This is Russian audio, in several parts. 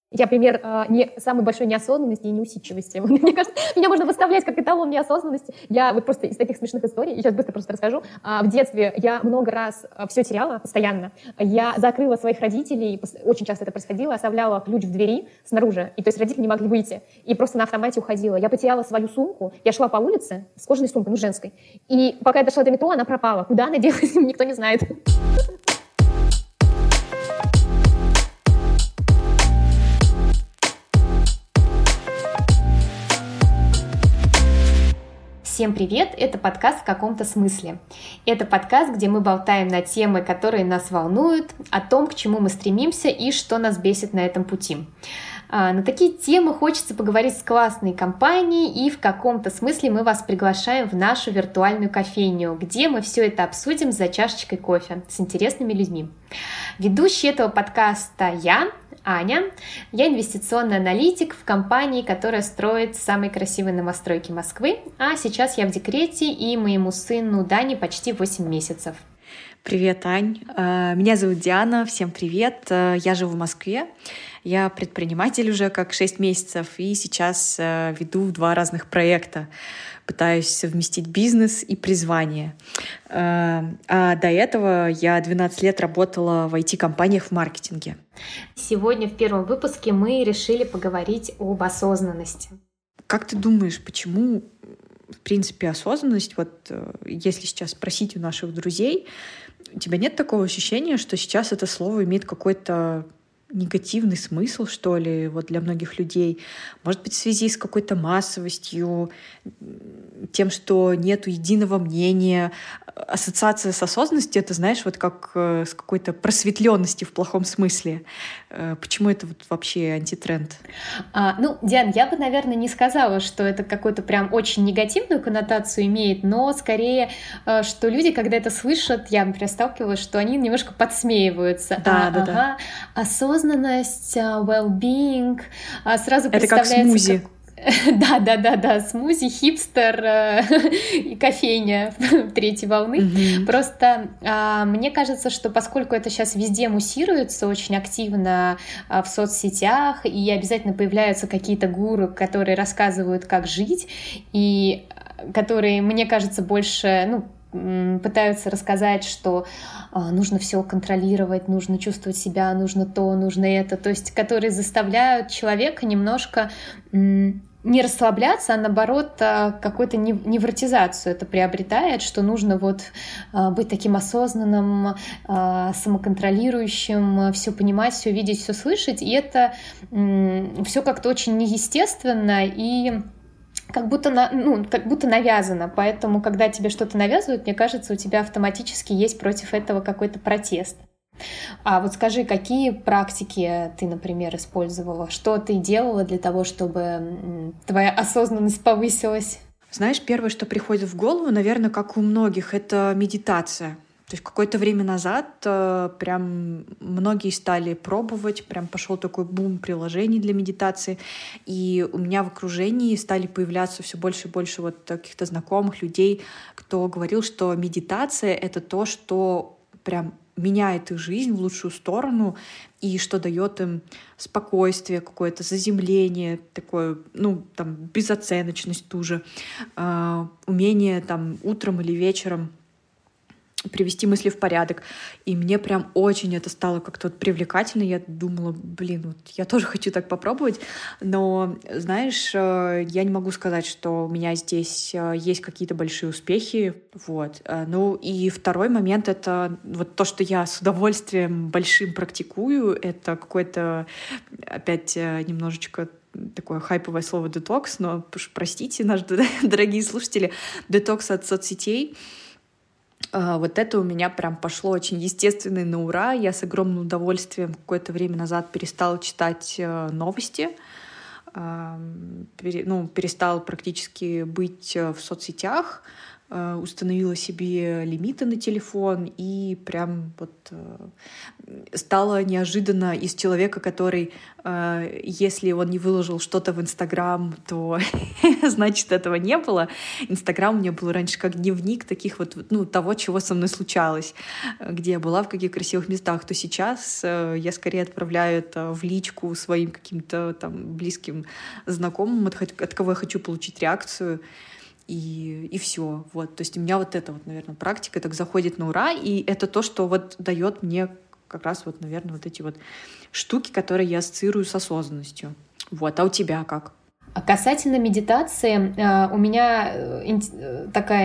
Я пример не самой большой неосознанности и неусидчивости. Мне кажется, меня можно выставлять как эталон неосознанности. Я вот просто из таких смешных историй, сейчас быстро просто расскажу. В детстве я много раз все теряла постоянно. Я закрыла своих родителей, очень часто это происходило, оставляла ключ в двери снаружи, и то есть родители не могли выйти, и просто на автомате уходила. Я потеряла свою сумку, я шла по улице с кожаной сумкой, женской, и пока я дошла до метро, она пропала. Куда она делась, никто не знает. Всем привет! Это подкаст «В каком-то смысле». Это подкаст, где мы болтаем на темы, которые нас волнуют, о том, к чему мы стремимся и что нас бесит на этом пути. На такие темы хочется поговорить с классной компанией, и в каком-то смысле мы вас приглашаем в нашу виртуальную кофейню, где мы все это обсудим за чашечкой кофе с интересными людьми. Ведущий этого подкаста я, Аня. Я инвестиционный аналитик в компании, которая строит самые красивые новостройки Москвы, а сейчас я в декрете, и моему сыну Дане почти 8 месяцев. Привет, Ань. Меня зовут Диана. Всем привет. Я живу в Москве. Я предприниматель уже как 6 месяцев, и сейчас веду 2 разных проекта. Пытаюсь совместить бизнес и призвание. А до этого я 12 лет работала в IT-компаниях в маркетинге. Сегодня в первом выпуске мы решили поговорить об осознанности. Как ты думаешь, почему, в принципе, осознанность, вот если сейчас спросить у наших друзей, у тебя нет такого ощущения, что сейчас это слово имеет какой-то негативный смысл, что ли, вот для многих людей? Может быть, в связи с какой-то массовостью, тем, что нету единого мнения. Ассоциация с осознанностью — это, знаешь, вот как с какой-то просветленности в плохом смысле. Почему это вот вообще антитренд? Диан, я бы, наверное, не сказала, что это какую-то прям очень негативную коннотацию имеет, но скорее, что люди, когда это слышат, я, например, сталкивалась, что они немножко подсмеиваются. Да. Осознанность, well-being, сразу это представляется... как смузи. Да, смузи, хипстер и кофейня третьей волны. Mm-hmm. Просто мне кажется, что поскольку это сейчас везде муссируется очень активно в соцсетях, и обязательно появляются какие-то гуру, которые рассказывают, как жить, и которые, мне кажется, больше... пытаются рассказать, что нужно все контролировать, нужно чувствовать себя, нужно то, нужно это, то есть которые заставляют человека немножко не расслабляться, а наоборот какую-то невротизацию это приобретает, что нужно быть таким осознанным, самоконтролирующим, все понимать, все видеть, все слышать, и это все как-то очень неестественно и как будто навязано. Поэтому, когда тебе что-то навязывают, мне кажется, у тебя автоматически есть против этого какой-то протест. А вот скажи, какие практики ты, например, использовала? Что ты делала для того, чтобы твоя осознанность повысилась? Знаешь, первое, что приходит в голову, наверное, как у многих, это медитация. То есть какое-то время назад прям многие стали пробовать, прям пошел такой бум приложений для медитации, и у меня в окружении стали появляться все больше и больше вот каких-то знакомых людей, кто говорил, что медитация — это то, что прям меняет их жизнь в лучшую сторону и что дает им спокойствие, какое-то заземление, такое, безоценочность ту же, умение утром или вечером привести мысли в порядок. И мне прям очень это стало как-то привлекательно. Я думала, я тоже хочу так попробовать. Но, знаешь, я не могу сказать, что у меня здесь есть какие-то большие успехи. Вот. И второй момент — это вот то, что я с удовольствием большим практикую. Это какое-то, опять немножечко такое хайповое слово «детокс», но простите, наши дорогие слушатели, детокс от соцсетей. Вот это у меня прям пошло очень естественно и на ура. Я с огромным удовольствием какое-то время назад перестала читать новости, перестала практически быть в соцсетях. установила себе лимиты на телефон и прям вот стала неожиданно из человека, который, если он не выложил что-то в Инстаграм, то значит этого не было. Инстаграм у меня был раньше как дневник таких вот, того, чего со мной случалось, где я была, в каких красивых местах, то сейчас я скорее отправляю это в личку своим каким-то там близким знакомым, от кого я хочу получить реакцию. И все. Вот. То есть у меня вот эта вот, наверное, практика так заходит на ура, и это то, что вот дает мне как раз вот, наверное, вот эти вот штуки, которые я ассоциирую с осознанностью. Вот. А у тебя как? Касательно медитации, у меня такая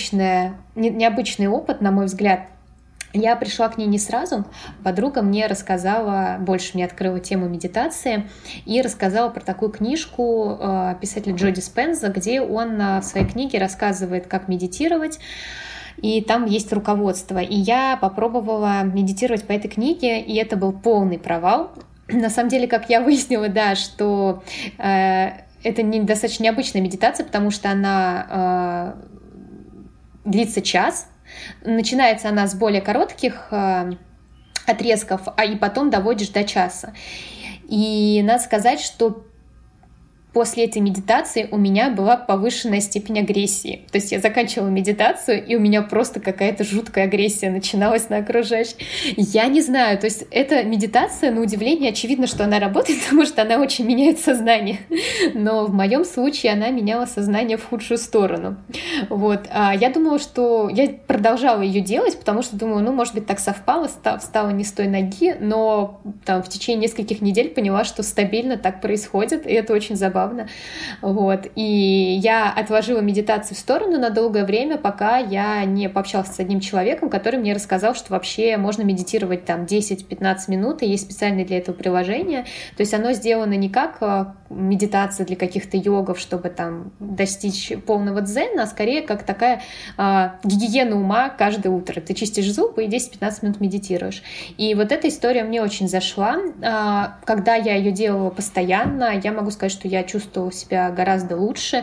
необычный опыт, на мой взгляд. Я пришла к ней не сразу. Подруга мне рассказала, больше мне открыла тему медитации и рассказала про такую книжку писателя Джо Диспенза, где он в своей книге рассказывает, как медитировать. И там есть руководство. И я попробовала медитировать по этой книге, и это был полный провал. На самом деле, как я выяснила, да, что это достаточно необычная медитация, потому что она длится час. Начинается она с более коротких отрезков, и потом доводишь до часа. И надо сказать, что после этой медитации у меня была повышенная степень агрессии. То есть я заканчивала медитацию, и у меня просто какая-то жуткая агрессия начиналась на окружающих. Я не знаю, то есть эта медитация, на удивление, очевидно, что она работает, потому что она очень меняет сознание. Но в моем случае она меняла сознание в худшую сторону. Вот. Я думала, что... Я продолжала ее делать, потому что думаю, может быть, так совпало, встала не с той ноги, но там в течение нескольких недель поняла, что стабильно так происходит, и это очень забавно. Вот. И я отложила медитацию в сторону на долгое время, пока я не пообщалась с одним человеком, который мне рассказал, что вообще можно медитировать там 10-15 минут, и есть специальное для этого приложение. То есть оно сделано не как медитация для каких-то йогов, чтобы там достичь полного дзена, а скорее как такая гигиена ума каждое утро. Ты чистишь зубы и 10-15 минут медитируешь. И вот эта история мне очень зашла. Когда я ее делала постоянно, я могу сказать, что я чувствовала себя гораздо лучше.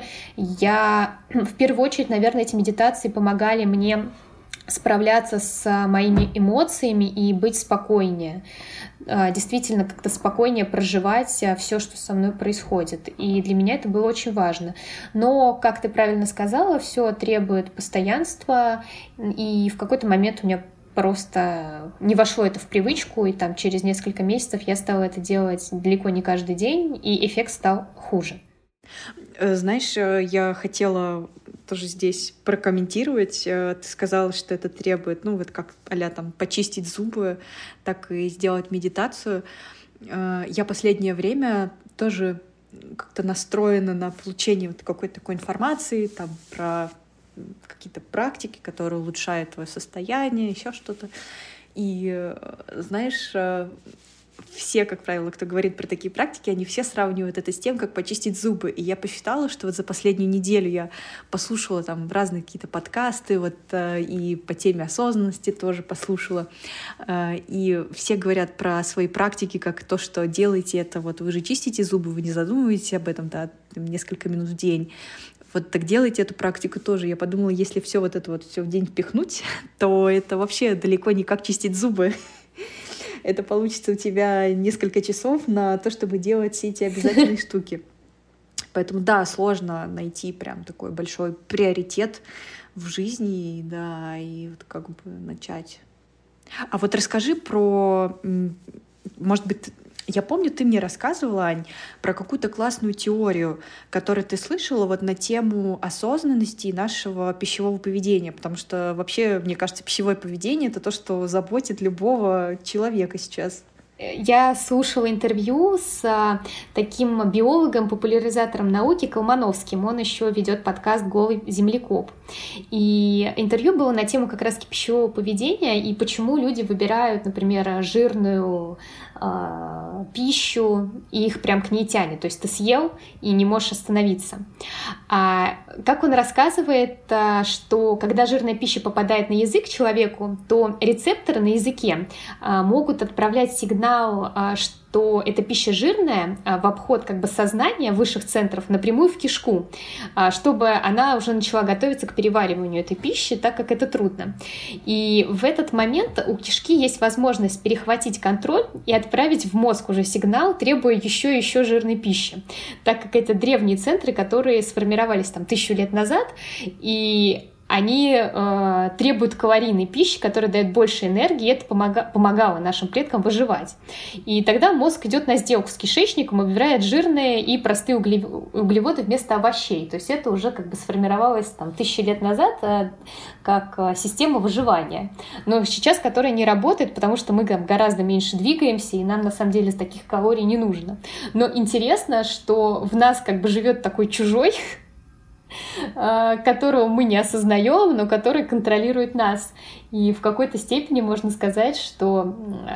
В первую очередь, наверное, эти медитации помогали мне справляться с моими эмоциями и быть спокойнее. Действительно, как-то спокойнее проживать все, что со мной происходит. И для меня это было очень важно. Но, как ты правильно сказала, все требует постоянства, и в какой-то момент у меня просто не вошло это в привычку, и там через несколько месяцев я стала это делать далеко не каждый день, и эффект стал хуже. Знаешь, я хотела тоже здесь прокомментировать. Ты сказала, что это требует, вот как а-ля там почистить зубы, так и сделать медитацию. Я последнее время тоже как-то настроена на получение вот какой-то такой информации там про какие-то практики, которые улучшают твое состояние, еще что-то. И знаешь, все, как правило, кто говорит про такие практики, они все сравнивают это с тем, как почистить зубы. И я посчитала, что вот за последнюю неделю я послушала там разные какие-то подкасты, и по теме осознанности тоже послушала. И все говорят про свои практики, как то, что делаете это, вы же чистите зубы, вы не задумываетесь об этом, несколько минут в день. Вот так делайте эту практику тоже. Я подумала, если все все в день впихнуть, то это вообще далеко не как чистить зубы. Это получится у тебя несколько часов на то, чтобы делать все эти обязательные штуки. Поэтому, да, сложно найти прям такой большой приоритет в жизни, да, и как бы начать. А вот расскажи про, может быть, я помню, ты мне рассказывала, Ань, про какую-то классную теорию, которую ты слышала на тему осознанности и нашего пищевого поведения, потому что вообще, мне кажется, пищевое поведение — это то, что заботит любого человека сейчас. Я слушала интервью с таким биологом, популяризатором науки Колмановским. Он еще ведет подкаст «Голый землекоп». И интервью было на тему как раз пищевого поведения и почему люди выбирают, например, жирную пищу, и их прям к ней тянет. То есть ты съел и не можешь остановиться. Как он рассказывает, что когда жирная пища попадает на язык человеку, то рецепторы на языке могут отправлять сигнал, что что эта пища жирная в обход как бы сознания высших центров напрямую в кишку, чтобы она уже начала готовиться к перевариванию этой пищи, так как это трудно. И в этот момент у кишки есть возможность перехватить контроль и отправить в мозг уже сигнал, требуя еще и еще жирной пищи, так как это древние центры, которые сформировались там 1000 лет назад, и они требуют калорийной пищи, которая дает больше энергии, и это помогало нашим предкам выживать. И тогда мозг идет на сделку с кишечником, выбирает жирные и простые углеводы вместо овощей. То есть это уже как бы сформировалось там 1000 лет назад как система выживания. Но сейчас которая не работает, потому что мы гораздо меньше двигаемся, и нам на самом деле таких калорий не нужно. Но интересно, что в нас как бы живет такой чужой, которого мы не осознаем, но который контролирует нас. И в какой-то степени можно сказать, что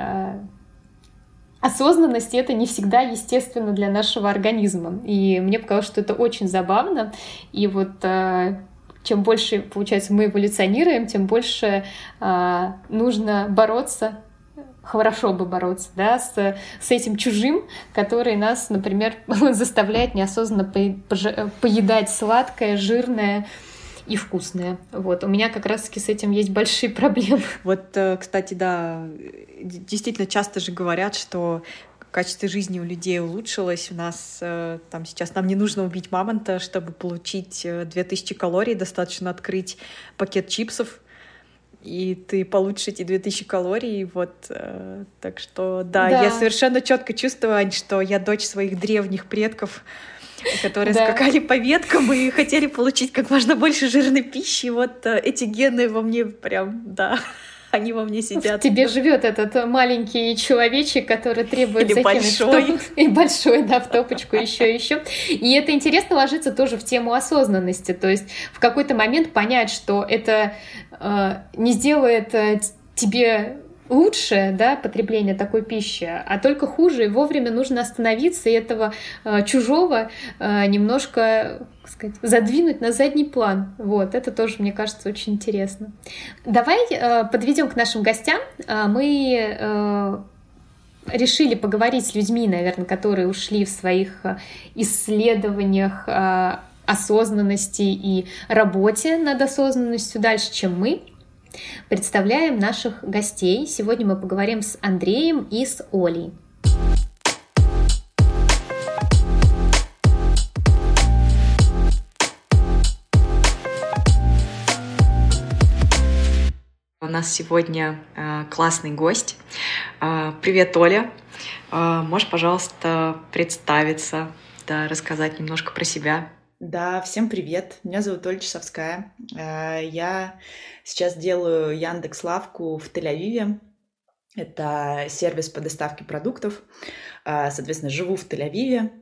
осознанность — это не всегда естественно для нашего организма. И мне показалось, что это очень забавно. И вот чем больше, получается, мы эволюционируем, тем больше нужно бороться, хорошо бы бороться, да, с этим чужим, который нас, например, заставляет неосознанно поедать сладкое, жирное и вкусное. Вот. У меня как раз-таки с этим есть большие проблемы. Вот, кстати, да, действительно часто же говорят, что качество жизни у людей улучшилось. У нас там сейчас нам не нужно убить мамонта, чтобы получить 2000 калорий, достаточно открыть пакет чипсов, и ты получишь эти 2000 калорий, вот, так что, да, я совершенно четко чувствую, Ань, что я дочь своих древних предков, которые скакали по веткам и хотели получить как можно больше жирной пищи, вот эти гены во мне прям, да, они во мне сидят. В тебе живет этот маленький человечек, который требует или большой. И большой, да, в топочку еще. И это интересно ложится тоже в тему осознанности. То есть в какой-то момент понять, что это не сделает тебе лучше, да, потребление такой пищи, а только хуже, и вовремя нужно остановиться и этого чужого немножко, так сказать, задвинуть на задний план. Вот, это тоже, мне кажется, очень интересно. Давай подведем к нашим гостям. Мы решили поговорить с людьми, наверное, которые ушли в своих исследованиях осознанности и работе над осознанностью дальше, чем мы. Представляем наших гостей. Сегодня мы поговорим с Андреем и с Олей. У нас сегодня классный гость. Привет, Оля. Можешь, пожалуйста, представиться, да, рассказать немножко про себя? Да, всем привет. Меня зовут Оля Часовская. Я сейчас делаю Яндекс.Лавку в Тель-Авиве. Это сервис по доставке продуктов. Соответственно, живу в Тель-Авиве.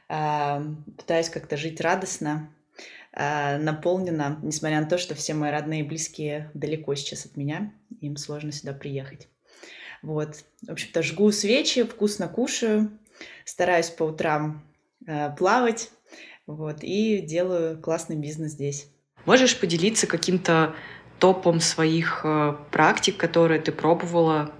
Пытаюсь как-то жить радостно, наполненно, несмотря на то, что все мои родные и близкие далеко сейчас от меня. Им сложно сюда приехать. Вот. В общем-то, жгу свечи, вкусно кушаю, стараюсь по утрам плавать. Вот, и делаю классный бизнес здесь. Можешь поделиться каким-то топом своих практик, которые ты пробовала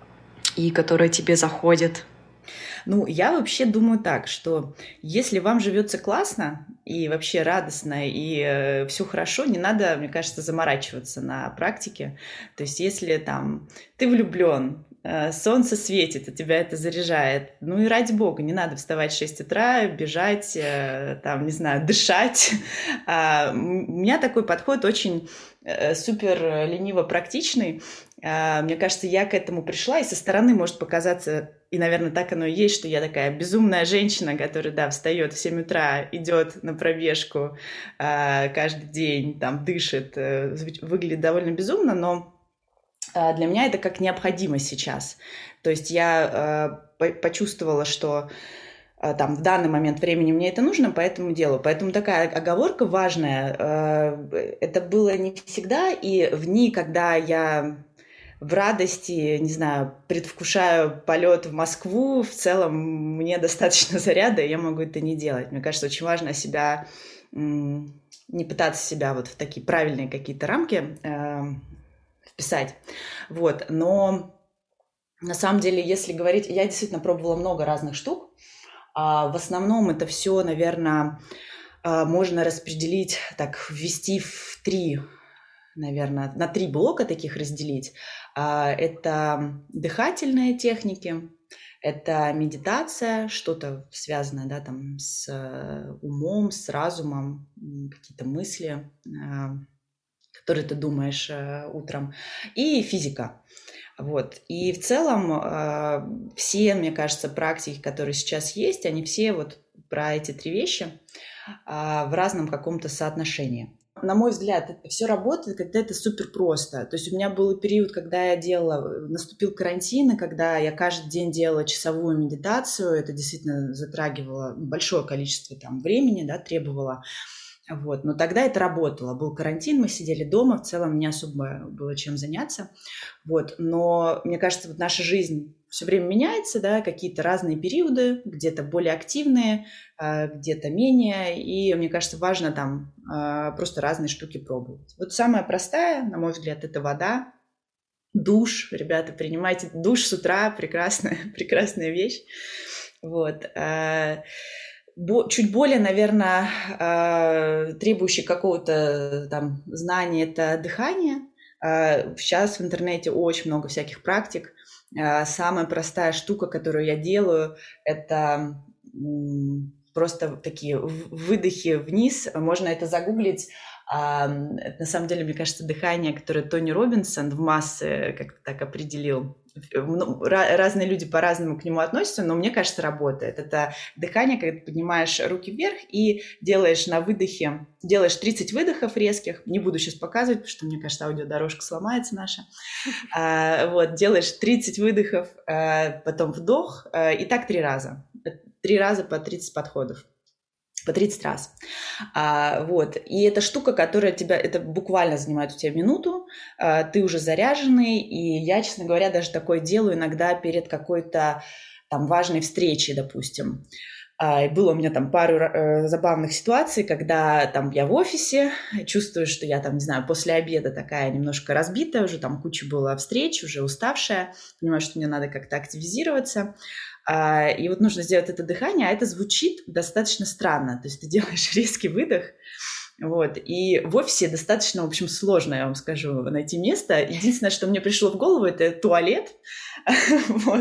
и которые тебе заходят? Ну, я вообще думаю так, что если вам живется классно и вообще радостно, и все хорошо, не надо, мне кажется, заморачиваться на практике. То есть если там ты влюблен, солнце светит, и тебя это заряжает. Ну и ради бога, не надо вставать в 6 утра, бежать, там, не знаю, дышать. У меня такой подход очень супер лениво-практичный. Мне кажется, я к этому пришла, и со стороны может показаться, и, наверное, так оно и есть, что я такая безумная женщина, которая, да, встает в 7 утра, идет на пробежку каждый день, там, дышит, выглядит довольно безумно, но для меня это как необходимость сейчас. То есть я почувствовала, что там в данный момент времени мне это нужно, поэтому делаю. Поэтому такая оговорка важная. Это было не всегда, и в дни, когда я в радости, не знаю, предвкушаю полет в Москву, в целом мне достаточно заряда, и я могу это не делать. Мне кажется, очень важно себя, не пытаться себя вот в такие правильные какие-то рамки писать. Вот. Но На самом деле, если говорить, я действительно пробовала много разных штук. В основном это все, наверное, можно распределить, так, ввести в 3, наверное, на 3 блока таких разделить. Это дыхательные техники, это медитация, что-то связанное, да, там, с умом, с разумом, какие-то мысли, которые ты думаешь утром, и физика. Вот. И в целом все, мне кажется, практики, которые сейчас есть, они все вот про эти 3 вещи в разном каком-то соотношении. На мой взгляд, это все работает, когда это супер просто. То есть у меня был период, когда я наступил карантин, и когда я каждый день делала часовую медитацию, это действительно затрагивало большое количество там времени, да, требовало. Вот. Но тогда это работало. Был карантин, мы сидели дома, в целом не особо было чем заняться. Вот. Но мне кажется, вот наша жизнь все время меняется, да, какие-то разные периоды, где-то более активные, где-то менее. И мне кажется, важно там просто разные штуки пробовать. Вот самая простая, на мой взгляд, это вода. Душ. Ребята, принимайте душ с утра. Прекрасная вещь. Вот. Чуть более, наверное, требующий какого-то там знания, это дыхание. Сейчас в интернете очень много всяких практик. Самая простая штука, которую я делаю, это просто такие выдохи вниз. Можно это загуглить. Это, на самом деле, мне кажется, дыхание, которое Тони Роббинсон в «Массы» как-то так определил. Разные люди по-разному к нему относятся, но мне кажется, работает. Это дыхание, когда ты поднимаешь руки вверх и делаешь на выдохе, делаешь 30 выдохов резких. Не буду сейчас показывать, потому что, мне кажется, аудиодорожка сломается наша. Вот, делаешь 30 выдохов, потом вдох, и так 3 раза. 3 раза по 30 подходов. По 30 раз. Вот. И эта штука, которая это буквально занимает у тебя минуту, ты уже заряженный, и я, честно говоря, даже такое делаю иногда перед какой-то там важной встречей, допустим. Было у меня там пару забавных ситуаций, когда там я в офисе, чувствую, что я там, не знаю, после обеда такая немножко разбитая, уже там куча была встреч, уже уставшая, понимаю, что мне надо как-то активизироваться. И вот нужно сделать это дыхание, а это звучит достаточно странно. То есть ты делаешь резкий выдох, вот, и в офисе достаточно, в общем, сложно, я вам скажу, найти место. Единственное, что мне пришло в голову, это туалет, вот.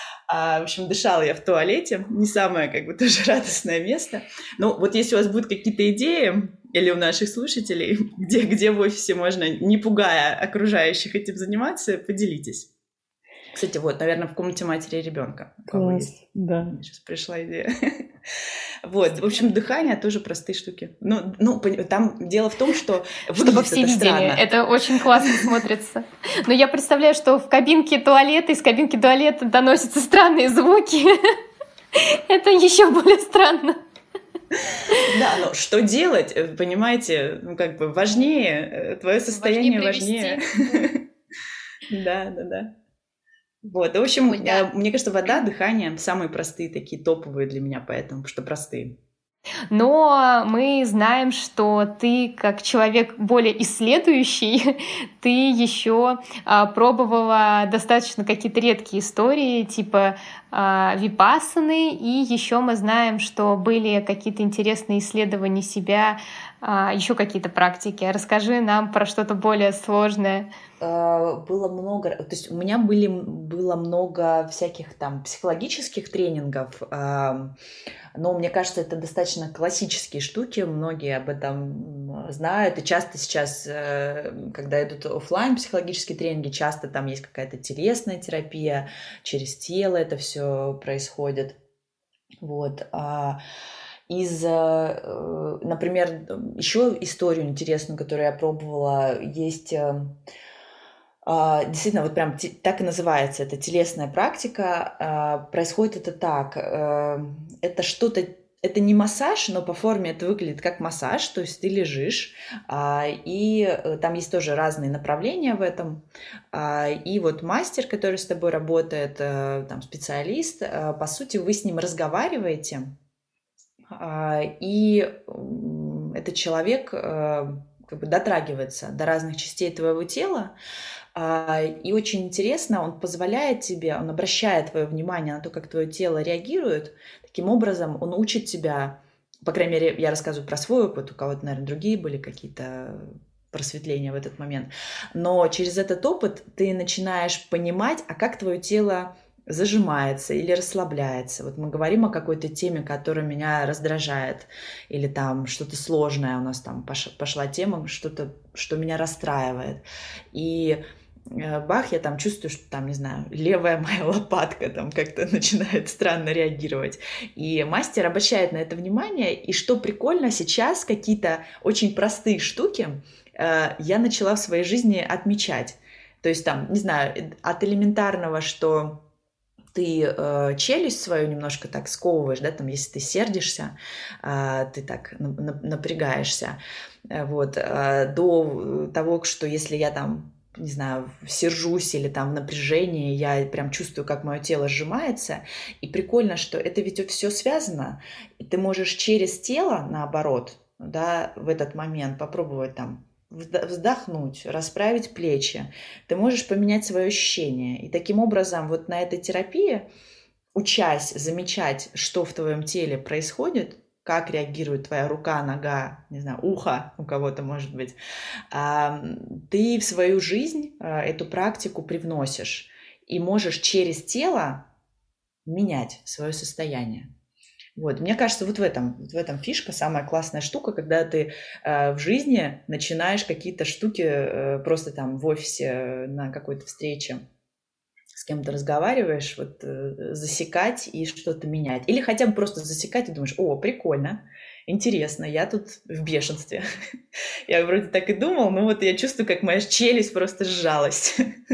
В общем, дышала я в туалете, не самое, как бы, тоже радостное место. Но вот если у вас будут какие-то идеи, или у наших слушателей, где в офисе можно, не пугая окружающих, этим заниматься, поделитесь. Кстати, вот, наверное, в комнате матери и ребенка. Класс, да. Мне сейчас пришла идея. Вот, в общем, дыхание тоже простые штуки. Ну, там дело в том, что чтобы все видели, странно. Это очень классно смотрится. Но я представляю, что в кабинке туалета, из кабинки туалета доносятся странные звуки. Это еще более странно. Да, но что делать, понимаете, ну, как бы важнее, твое состояние важнее. Да. Вот, в общем, мне кажется, вода, дыхание самые простые такие топовые для меня, поэтому, что простые. Но мы знаем, что ты, как человек более исследующий, ты еще пробовала достаточно какие-то редкие истории, типа випассаны, и еще мы знаем, что были какие-то интересные исследования себя, еще какие-то практики. Расскажи нам про что-то более сложное. Было много, то есть у меня было много всяких там психологических тренингов, но мне кажется, это достаточно классические штуки, многие об этом знают, и часто сейчас, когда идут офлайн психологические тренинги, часто там есть какая-то телесная терапия, через тело это все происходит, вот. Например, еще историю интересную, которую я пробовала, есть... Действительно, вот прям так и называется, это телесная практика. Происходит это так. Это что-то, это не массаж, но по форме это выглядит как массаж, то есть ты лежишь, и там есть тоже разные направления в этом. И вот мастер, который с тобой работает, там специалист, по сути, вы с ним разговариваете, и этот человек как бы дотрагивается до разных частей твоего тела, И очень интересно, он позволяет тебе, он обращает твое внимание на то, как твое тело реагирует. Таким образом, он учит тебя, по крайней мере, я рассказываю про свой опыт, у кого-то, наверное, другие были какие-то просветления в этот момент. Но через этот опыт ты начинаешь понимать, а как твое тело зажимается или расслабляется. Вот мы говорим о какой-то теме, которая меня раздражает, или там что-то сложное у нас там пошла тема, что-то, что меня расстраивает. И бах, я там чувствую, что там, не знаю, левая моя лопатка там как-то начинает странно реагировать. И мастер обращает на это внимание, и что прикольно, сейчас какие-то очень простые штуки я начала в своей жизни отмечать. То есть там, не знаю, от элементарного, что ты челюсть свою немножко так сковываешь, да, там, если ты сердишься, ты так напрягаешься, вот, до того, что если я там, не знаю, сержусь или там в напряжении, я прям чувствую, как мое тело сжимается, и прикольно, что это ведь все связано, и ты можешь через тело, наоборот, да, в этот момент попробовать там вздохнуть, расправить плечи. Ты можешь поменять свое ощущение. И таким образом вот на этой терапии, учась замечать, что в твоем теле происходит, как реагирует твоя рука, нога, не знаю, ухо у кого-то, может быть, ты в свою жизнь эту практику привносишь и можешь через тело менять свое состояние. Вот. Мне кажется, вот в этом фишка, самая классная штука, когда ты в жизни начинаешь какие-то штуки просто там в офисе на какой-то встрече с кем-то разговариваешь, вот засекать и что-то менять. Или хотя бы просто засекать и думаешь, о, прикольно, интересно, я тут в бешенстве. Я вроде так и думал, но вот я чувствую, как моя челюсть просто сжалась.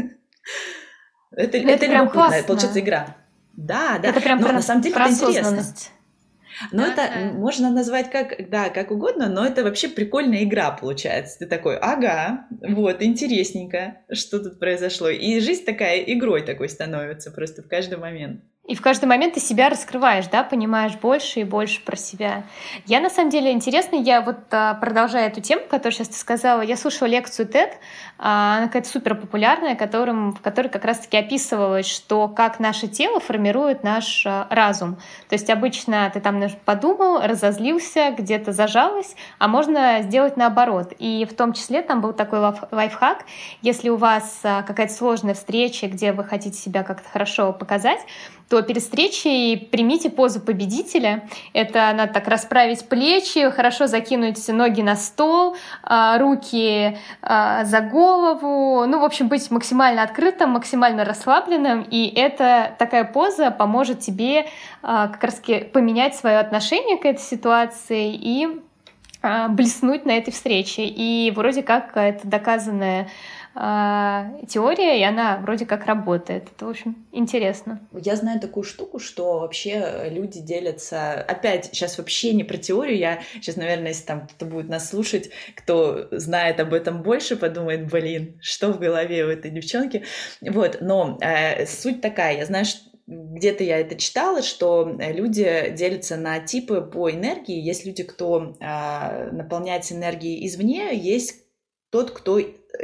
Это любопытно, получается игра. Да, это прям но на самом деле это интересно. Но да, это можно назвать как угодно, но это вообще прикольная игра получается. Ты такой, ага, вот, интересненько, что тут произошло. И жизнь такая игрой такой становится просто в каждый момент. И в каждый момент ты себя раскрываешь, да, понимаешь больше и больше про себя. Я, на самом деле, интересно, я вот продолжая эту тему, которую сейчас ты сказала, я слушала лекцию TED, она какая-то супер популярная, в которой как раз-таки описывалось, что как наше тело формирует наш разум. То есть обычно ты там подумал, разозлился, где-то зажалась, а можно сделать наоборот. И в том числе там был такой лайфхак, если у вас какая-то сложная встреча, где вы хотите себя как-то хорошо показать, то перед встречей примите позу победителя. Это надо так расправить плечи, хорошо закинуть ноги на стол, руки за голову. Ну, в общем, быть максимально открытым, максимально расслабленным. И эта такая поза поможет тебе как раз поменять свое отношение к этой ситуации и блеснуть на этой встрече. И вроде как это доказанная теория, и она вроде как работает. Это, в общем, интересно. Я знаю такую штуку, что вообще люди делятся... Опять, сейчас вообще не про теорию. Я сейчас, наверное, если там кто-то будет нас слушать, кто знает об этом больше, подумает, блин, что в голове у этой девчонки. Вот, но суть такая. Я знаю, что где-то я это читала, что люди делятся на типы по энергии. Есть люди, кто наполняется энергией извне, есть тот, кто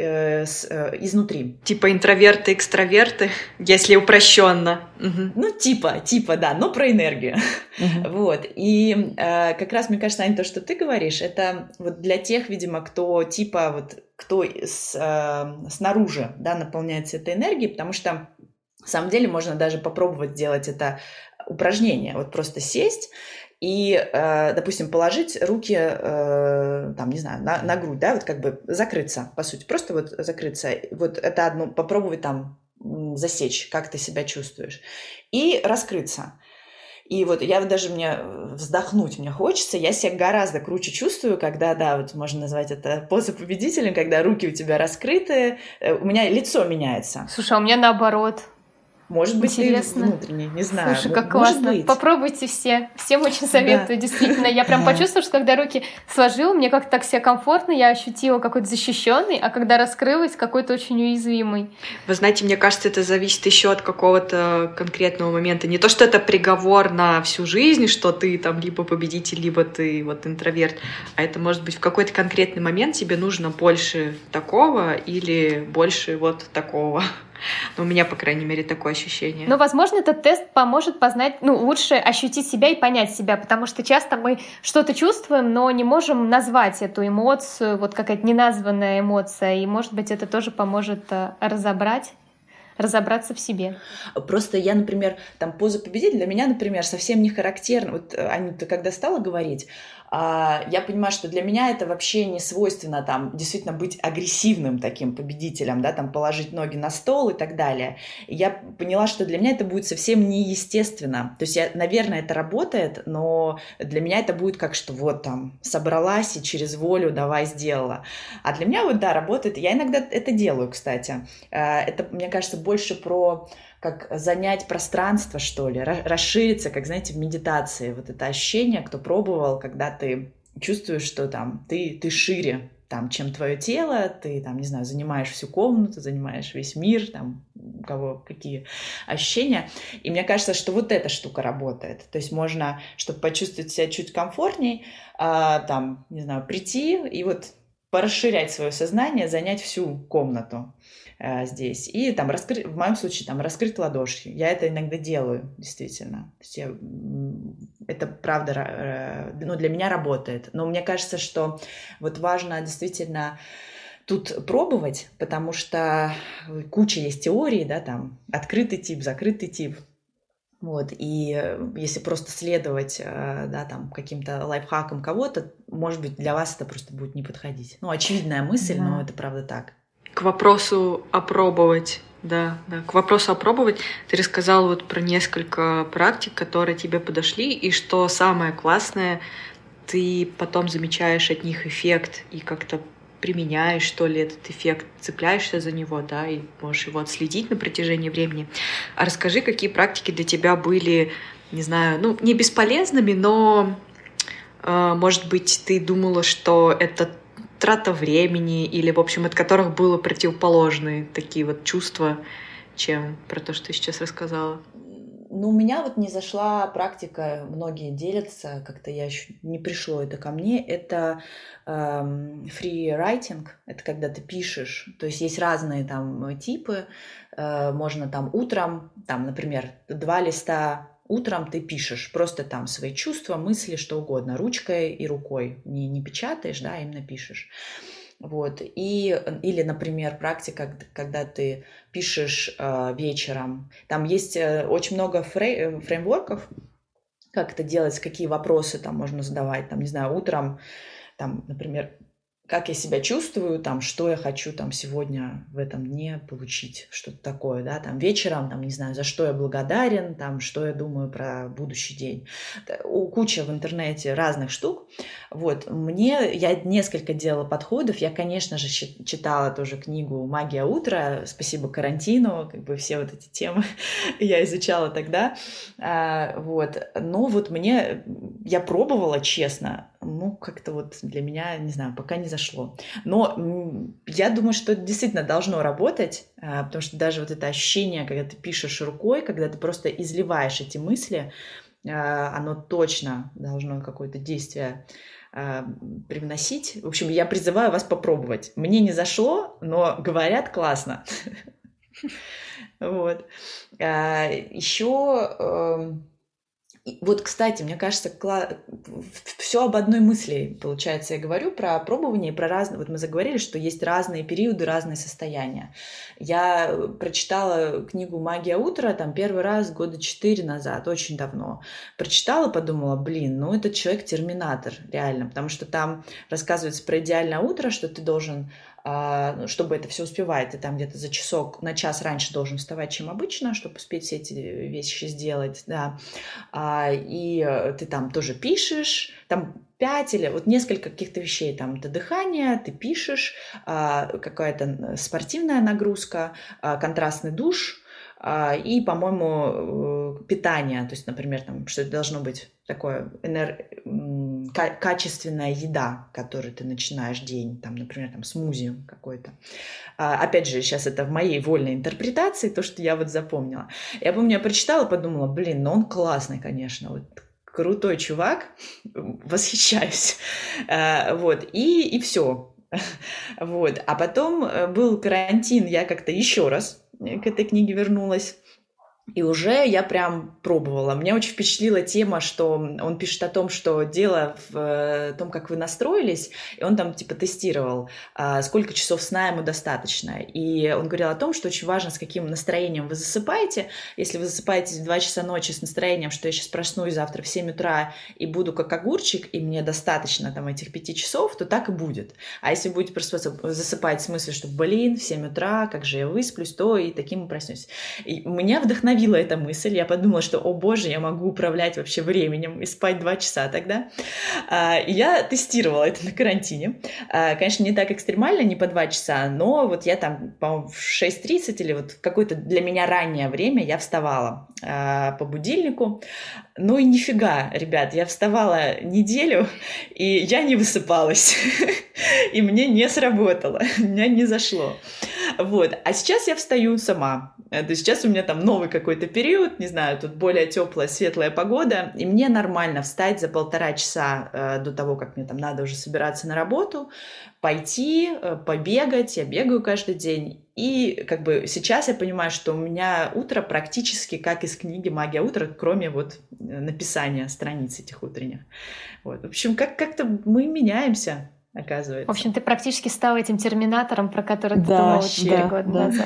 изнутри. Типа интроверты, экстраверты, если упрощенно. Угу. Ну, типа, да, но про энергию. Угу. Вот. И как раз, мне кажется, Аня, то, что ты говоришь, это вот для тех, видимо, кто типа вот, кто снаружи, да, наполняется этой энергией, потому что на самом деле можно даже попробовать сделать это упражнение. Вот просто сесть и, допустим, положить руки, там, не знаю, на грудь, да, вот как бы закрыться, по сути, просто вот закрыться. Вот это одно, попробовать там засечь, как ты себя чувствуешь. И раскрыться. И вот я даже мне вздохнуть мне хочется, я себя гораздо круче чувствую, когда, да, вот можно назвать это поза победителя, когда руки у тебя раскрыты, у меня лицо меняется. Слушай, а у меня наоборот. Может быть, Интересно. ты внутренне, не знаю. Слушай, как может классно. быть. Попробуйте все. Всем очень советую, Да. действительно. Я прям Да. почувствовала, что когда руки сложила, мне как-то так себя комфортно, я ощутила какой-то защищенный, а когда раскрылась, какой-то очень уязвимый. Вы знаете, мне кажется, это зависит еще от какого-то конкретного момента. Не то, что это приговор на всю жизнь, что ты там либо победитель, либо ты вот интроверт, а это может быть в какой-то конкретный момент тебе нужно больше такого или больше вот такого. Но у меня, по крайней мере, такое ощущение. Но, возможно, этот тест поможет познать, лучше ощутить себя и понять себя, потому что часто мы что-то чувствуем, но не можем назвать эту эмоцию, вот какая-то неназванная эмоция, и, может быть, это тоже поможет разобраться в себе. Просто я, например, там поза победителя для меня, например, совсем не характерна. Вот Анита, когда стала говорить, я понимаю, что для меня это вообще не свойственно там действительно быть агрессивным таким победителем, да, там положить ноги на стол и так далее. И я поняла, что для меня это будет совсем неестественно. То есть, наверное, это работает, но для меня это будет как, что вот там собралась и через волю давай сделала. А для меня вот, да, работает. Я иногда это делаю, кстати. Это, мне кажется, больше про как занять пространство, что ли, расшириться, как, знаете, в медитации. Вот это ощущение, кто пробовал, когда ты чувствуешь, что там ты шире, там, чем твое тело, ты, там, не знаю, занимаешь всю комнату, занимаешь весь мир, там, у кого какие ощущения. И мне кажется, что вот эта штука работает. То есть можно, чтобы почувствовать себя чуть комфортней, там, не знаю, прийти и вот порасширять свое сознание, занять всю комнату здесь. И там раскрыть, в моем случае, там раскрыть ладошки. Я это иногда делаю, действительно. То есть это правда, для меня работает. Но мне кажется, что вот важно действительно тут пробовать, потому что куча есть теорий, да, там открытый тип, закрытый тип. Вот, и если просто следовать, да, там, каким-то лайфхакам кого-то, может быть, для вас это просто будет не подходить. Очевидная мысль, но это правда так. К вопросу опробовать, да, к вопросу опробовать, ты рассказала вот про несколько практик, которые тебе подошли, и что самое классное, ты потом замечаешь от них эффект и как-то применяешь, что ли, этот эффект, цепляешься за него, да, и можешь его отследить на протяжении времени. А расскажи, какие практики для тебя были, не знаю, не бесполезными, но, может быть, ты думала, что это трата времени или, в общем, от которых было противоположные такие вот чувства, чем про то, что ты сейчас рассказала? У меня вот не зашла практика, многие делятся, как-то я еще не пришло это ко мне, это free writing, это когда ты пишешь, то есть есть разные там типы, можно там утром, там, например, 2 листа утром ты пишешь просто там свои чувства, мысли, что угодно, ручкой и рукой, не печатаешь, да, именно пишешь. Вот. Или, например, практика, когда ты пишешь вечером. Там есть очень много фреймворков, как это делать, какие вопросы там можно задавать. Там, не знаю, утром, там, например, как я себя чувствую, там, что я хочу там сегодня в этом дне получить, что-то такое, да, там, вечером, там, не знаю, за что я благодарен, там, что я думаю про будущий день. Куча в интернете разных штук. Вот, я несколько делала подходов, я, конечно же, читала тоже книгу «Магия утра», спасибо карантину, как бы все вот эти темы я изучала тогда, вот, но вот я пробовала, честно, как-то вот для меня, не знаю, пока не зашло. Но я думаю, что это действительно должно работать, потому что даже вот это ощущение, когда ты пишешь рукой, когда ты просто изливаешь эти мысли, оно точно должно какое-то действие привносить. В общем, я призываю вас попробовать. Мне не зашло, но говорят классно. Вот. Еще... Вот, кстати, мне кажется, все об одной мысли, получается, я говорю про пробование, про разные... Вот мы заговорили, что есть разные периоды, разные состояния. Я прочитала книгу «Магия утра», там, первый раз 4 года назад, очень давно. Прочитала, подумала, этот человек терминатор, реально, потому что там рассказывается про идеальное утро, что ты должен... чтобы это все успевать, ты там где-то на час раньше должен вставать, чем обычно, чтобы успеть все эти вещи сделать, да, и ты там тоже пишешь, там 5 или вот несколько каких-то вещей, там это дыхание, ты пишешь, какая-то спортивная нагрузка, контрастный душ, и, по-моему, питание, то есть, например, там, что это должно быть такое качественная еда, которую ты начинаешь день, там, например, там, смузи какой-то. Опять же, сейчас это в моей вольной интерпретации, то, что я вот запомнила. Я помню, я прочитала, подумала, блин, ну он классный, конечно, вот крутой чувак, восхищаюсь. Вот, и все. Вот. А потом был карантин, я как-то еще раз к этой книге вернулась. И уже я прям пробовала. Меня очень впечатлила тема, что он пишет о том, что дело в том, как вы настроились, и он там типа тестировал, сколько часов сна ему достаточно. И он говорил о том, что очень важно, с каким настроением вы засыпаете. Если вы засыпаете в 2 часа ночи с настроением, что я сейчас проснусь завтра в 7 утра и буду как огурчик, и мне достаточно там этих 5 часов, то так и будет. А если вы будете засыпать в смысле, что блин, в 7 утра, как же я высплюсь, то и таким проснусь. И меня вдохновило эта мысль. Я подумала, что, о боже, я могу управлять вообще временем и спать 2 часа тогда. И я тестировала это на карантине. Конечно, не так экстремально, не по 2 часа, но вот я там, по-моему, в 6:30 или вот в какое-то для меня раннее время я вставала по будильнику. Ну и нифига, ребят, я вставала неделю, и я не высыпалась. И мне не сработало, меня не зашло. Вот. А сейчас я встаю сама. То есть сейчас у меня там новый какой-то период, не знаю, тут более теплая, светлая погода, и мне нормально встать за 1,5 часа до того, как мне там надо уже собираться на работу, пойти, побегать. Я бегаю каждый день. И как бы сейчас я понимаю, что у меня утро практически как из книги «Магия утра», кроме вот написания страниц этих утренних. Вот. В общем, как-то мы меняемся, оказывается. В общем, ты практически стала этим терминатором, про который ты думала 4 года назад.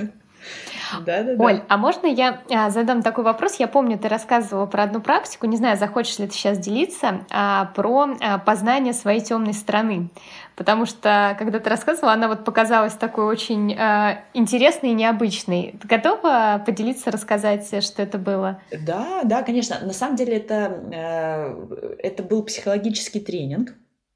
Да. Оль, а можно я задам такой вопрос? Я помню, ты рассказывала про одну практику, не знаю, захочешь ли ты сейчас делиться, про познание своей темной стороны. Потому что, когда ты рассказывала, она вот показалась такой очень интересной и необычной. Ты готова поделиться, рассказать, что это было? Да, конечно. На самом деле это был психологический тренинг.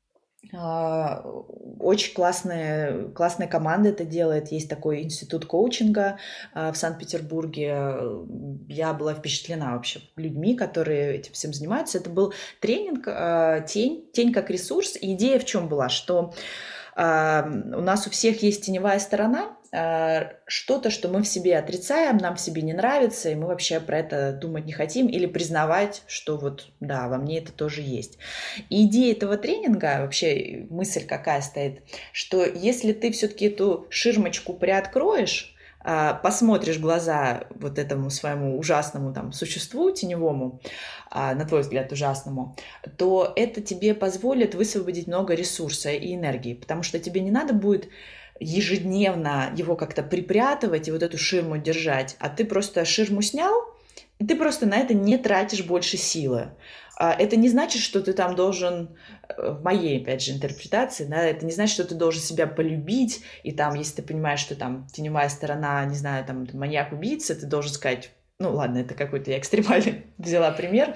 Очень классная команда это делает. Есть такой институт коучинга в Санкт-Петербурге. Я была впечатлена вообще людьми, которые этим всем занимаются. Это был тренинг «Тень как ресурс». И идея в чем была? Что у нас у всех есть теневая сторона, что-то, что мы в себе отрицаем, нам в себе не нравится, и мы вообще про это думать не хотим или признавать, что вот, да, во мне это тоже есть. И идея этого тренинга, вообще мысль какая стоит, что если ты все-таки эту ширмочку приоткроешь, посмотришь в глаза вот этому своему ужасному там существу теневому, на твой взгляд ужасному, то это тебе позволит высвободить много ресурса и энергии, потому что тебе не надо будет ежедневно его как-то припрятывать и вот эту ширму держать, а ты просто ширму снял, и ты просто на это не тратишь больше силы. Это не значит, что ты там должен, в моей, опять же, интерпретации, да, это не значит, что ты должен себя полюбить, и там, если ты понимаешь, что там теневая сторона, не знаю, там маньяк-убийца, ты должен сказать, ну ладно, это какой-то я экстремальный взяла пример.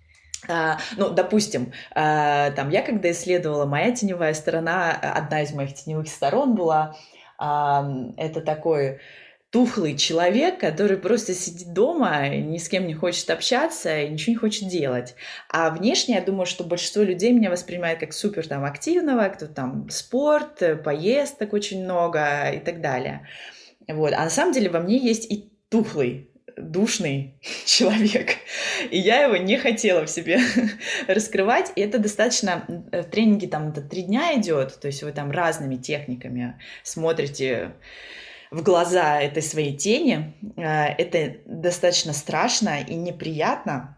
Ну, допустим, там я когда исследовала, моя теневая сторона, одна из моих теневых сторон была, это такой тухлый человек, который просто сидит дома, ни с кем не хочет общаться и ничего не хочет делать. А внешне, я думаю, что большинство людей меня воспринимает как супер там активного, кто там спорт, поездок очень много и так далее. Вот. А на самом деле во мне есть и тухлый, душный человек. И я его не хотела в себе раскрывать. И это достаточно... В тренинге там это 3 дня идет, то есть вы там разными техниками смотрите в глаза этой своей тени. Это достаточно страшно и неприятно,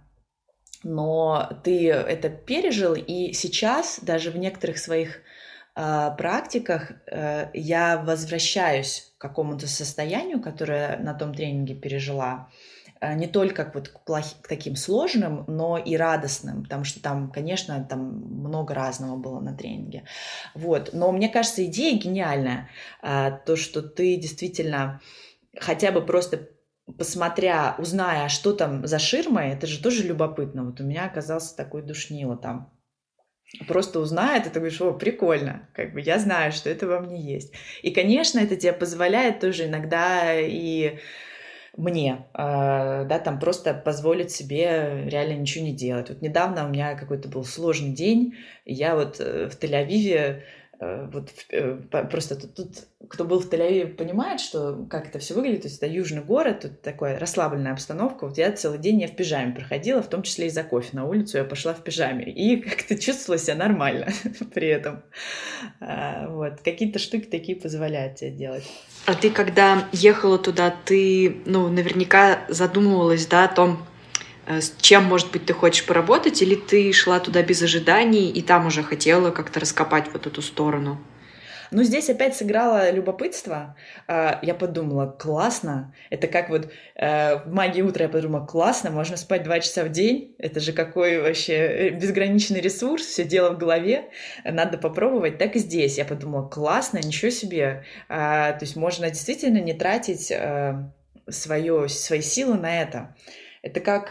но ты это пережил, и сейчас даже в некоторых своих практиках я возвращаюсь к какому-то состоянию, которое на том тренинге пережила, не только вот к таким сложным, но и радостным, потому что там, конечно, там много разного было на тренинге. Вот. Но мне кажется, идея гениальная, то, что ты действительно хотя бы просто посмотря, узная, что там за ширмой, это же тоже любопытно. Вот у меня оказался такой душнило там. Просто узнает, и ты говоришь, о, прикольно, как бы я знаю, что это во мне есть. И, конечно, это тебе позволяет тоже иногда и мне, да, там просто позволить себе реально ничего не делать. Вот недавно у меня какой-то был сложный день, и я вот в Тель-Авиве, просто тут, кто был в Тель-Авиве, понимает, что как это все выглядит. То есть это южный город, тут такая расслабленная обстановка. Вот я целый день в пижаме проходила, в том числе и за кофе на улицу я пошла в пижаме. И как-то чувствовала себя нормально при этом. Вот. Какие-то штуки такие позволяют тебе делать. А ты, когда ехала туда, ты, наверняка задумывалась, да, о том, с чем, может быть, ты хочешь поработать, или ты шла туда без ожиданий и там уже хотела как-то раскопать вот эту сторону? Ну, здесь опять сыграло любопытство. Я подумала, классно. Это как вот в «Магии утра» я подумала, классно, можно спать 2 часа в день. Это же какой вообще безграничный ресурс, все дело в голове. Надо попробовать. Так и здесь. Я подумала, классно, ничего себе. То есть можно действительно не тратить свои силы на это. Это как...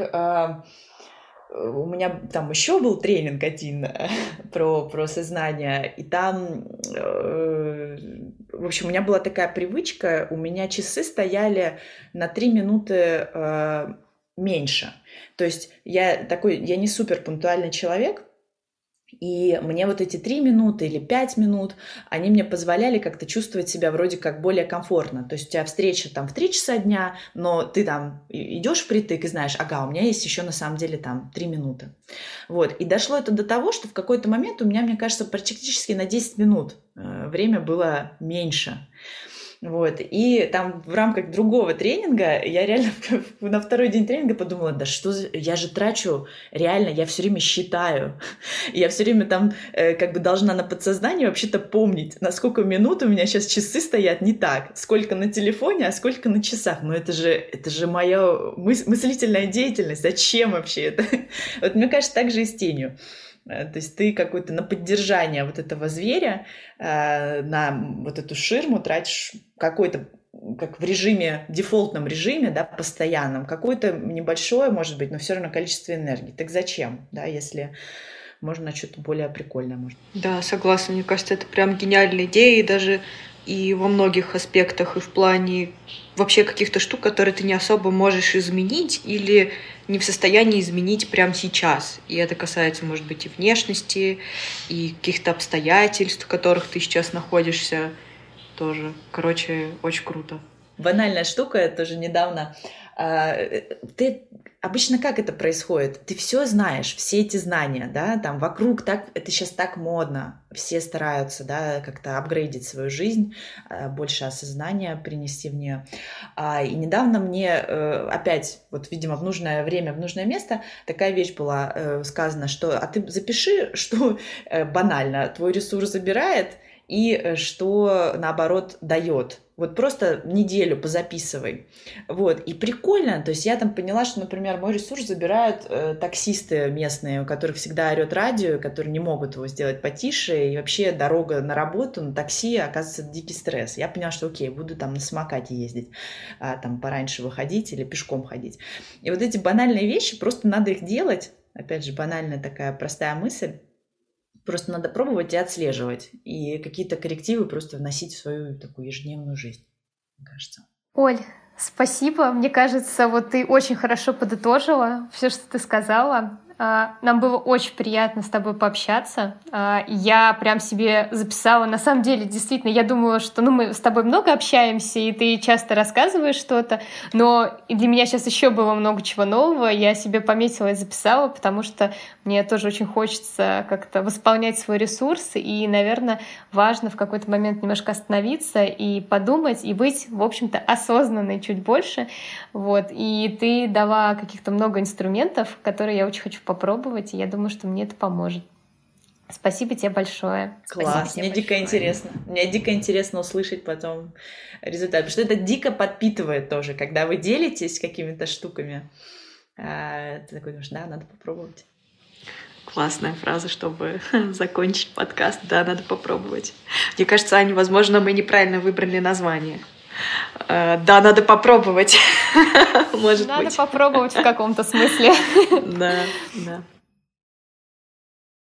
У меня там еще был тренинг один про сознание, и там, в общем, у меня была такая привычка, у меня часы стояли на 3 минуты меньше. То есть я не супер пунктуальный человек, и мне вот эти 3 минуты или 5 минут, они мне позволяли как-то чувствовать себя вроде как более комфортно. То есть у тебя встреча там в 3 часа дня, но ты там идешь впритык и знаешь, ага, у меня есть еще на самом деле там 3 минуты. Вот. И дошло это до того, что в какой-то момент у меня, мне кажется, практически на 10 минут время было меньше. Вот. И там в рамках другого тренинга я реально на второй день тренинга подумала, да что я же трачу, реально, я все время считаю. Я все время там как бы должна на подсознании вообще-то помнить, на сколько минут у меня сейчас часы стоят не так, сколько на телефоне, а сколько на часах. Но это же моя мыслительная деятельность. Зачем вообще это? Вот мне кажется, так же и с тенью. То есть ты какой-то на поддержание вот этого зверя, на вот эту ширму тратишь какой-то, как в режиме, дефолтном режиме, да, постоянном, какое-то небольшое, может быть, но все равно количество энергии. Так зачем, да, если можно на что-то более прикольное? Может. Да, согласна. Мне кажется, это прям гениальная идея, и даже и во многих аспектах, и в плане вообще каких-то штук, которые ты не особо можешь изменить или не в состоянии изменить прямо сейчас. И это касается, может быть, и внешности, и каких-то обстоятельств, в которых ты сейчас находишься тоже. Короче, очень круто. Банальная штука, тоже недавно. Ты обычно как это происходит? Ты все знаешь, все эти знания, да, там вокруг так, это сейчас так модно, все стараются, да, как-то апгрейдить свою жизнь, больше осознания принести в нее. И недавно мне опять, вот, видимо, в нужное время, в нужное место такая вещь была сказана, что, а ты запиши, что банально твой ресурс забирает и что, наоборот, дает. Вот просто неделю позаписывай. Вот. И прикольно. То есть я там поняла, что, например, мой ресурс забирают таксисты местные, у которых всегда орет радио, которые не могут его сделать потише. И вообще дорога на работу, на такси, оказывается, дикий стресс. Я поняла, что окей, буду там на самокате ездить, там пораньше выходить или пешком ходить. И вот эти банальные вещи, просто надо их делать. Опять же, банальная такая простая мысль. Просто надо пробовать и отслеживать. И какие-то коррективы просто вносить в свою такую ежедневную жизнь, мне кажется. Оль, спасибо. Мне кажется, вот ты очень хорошо подытожила все, что ты сказала. Нам было очень приятно с тобой пообщаться. Я прям себе записала. На самом деле, действительно, я думала, что мы с тобой много общаемся, и ты часто рассказываешь что-то, но для меня сейчас еще было много чего нового. Я себе пометила и записала, потому что мне тоже очень хочется как-то восполнять свой ресурс, и, наверное, важно в какой-то момент немножко остановиться и подумать, и быть, в общем-то, осознанной чуть больше. Вот. И ты дала каких-то много инструментов, которые я очень хочу попробовать, и я думаю, что мне это поможет. Спасибо тебе большое. Класс, мне дико интересно. Мне дико интересно услышать потом результат, потому что это дико подпитывает тоже, когда вы делитесь какими-то штуками. Ты такой думаешь, да, надо попробовать. Классная фраза, чтобы закончить подкаст. Да, надо попробовать. Мне кажется, Аня, возможно, мы неправильно выбрали название. Да, надо попробовать. Может быть. Надо попробовать в каком-то смысле. Да, да.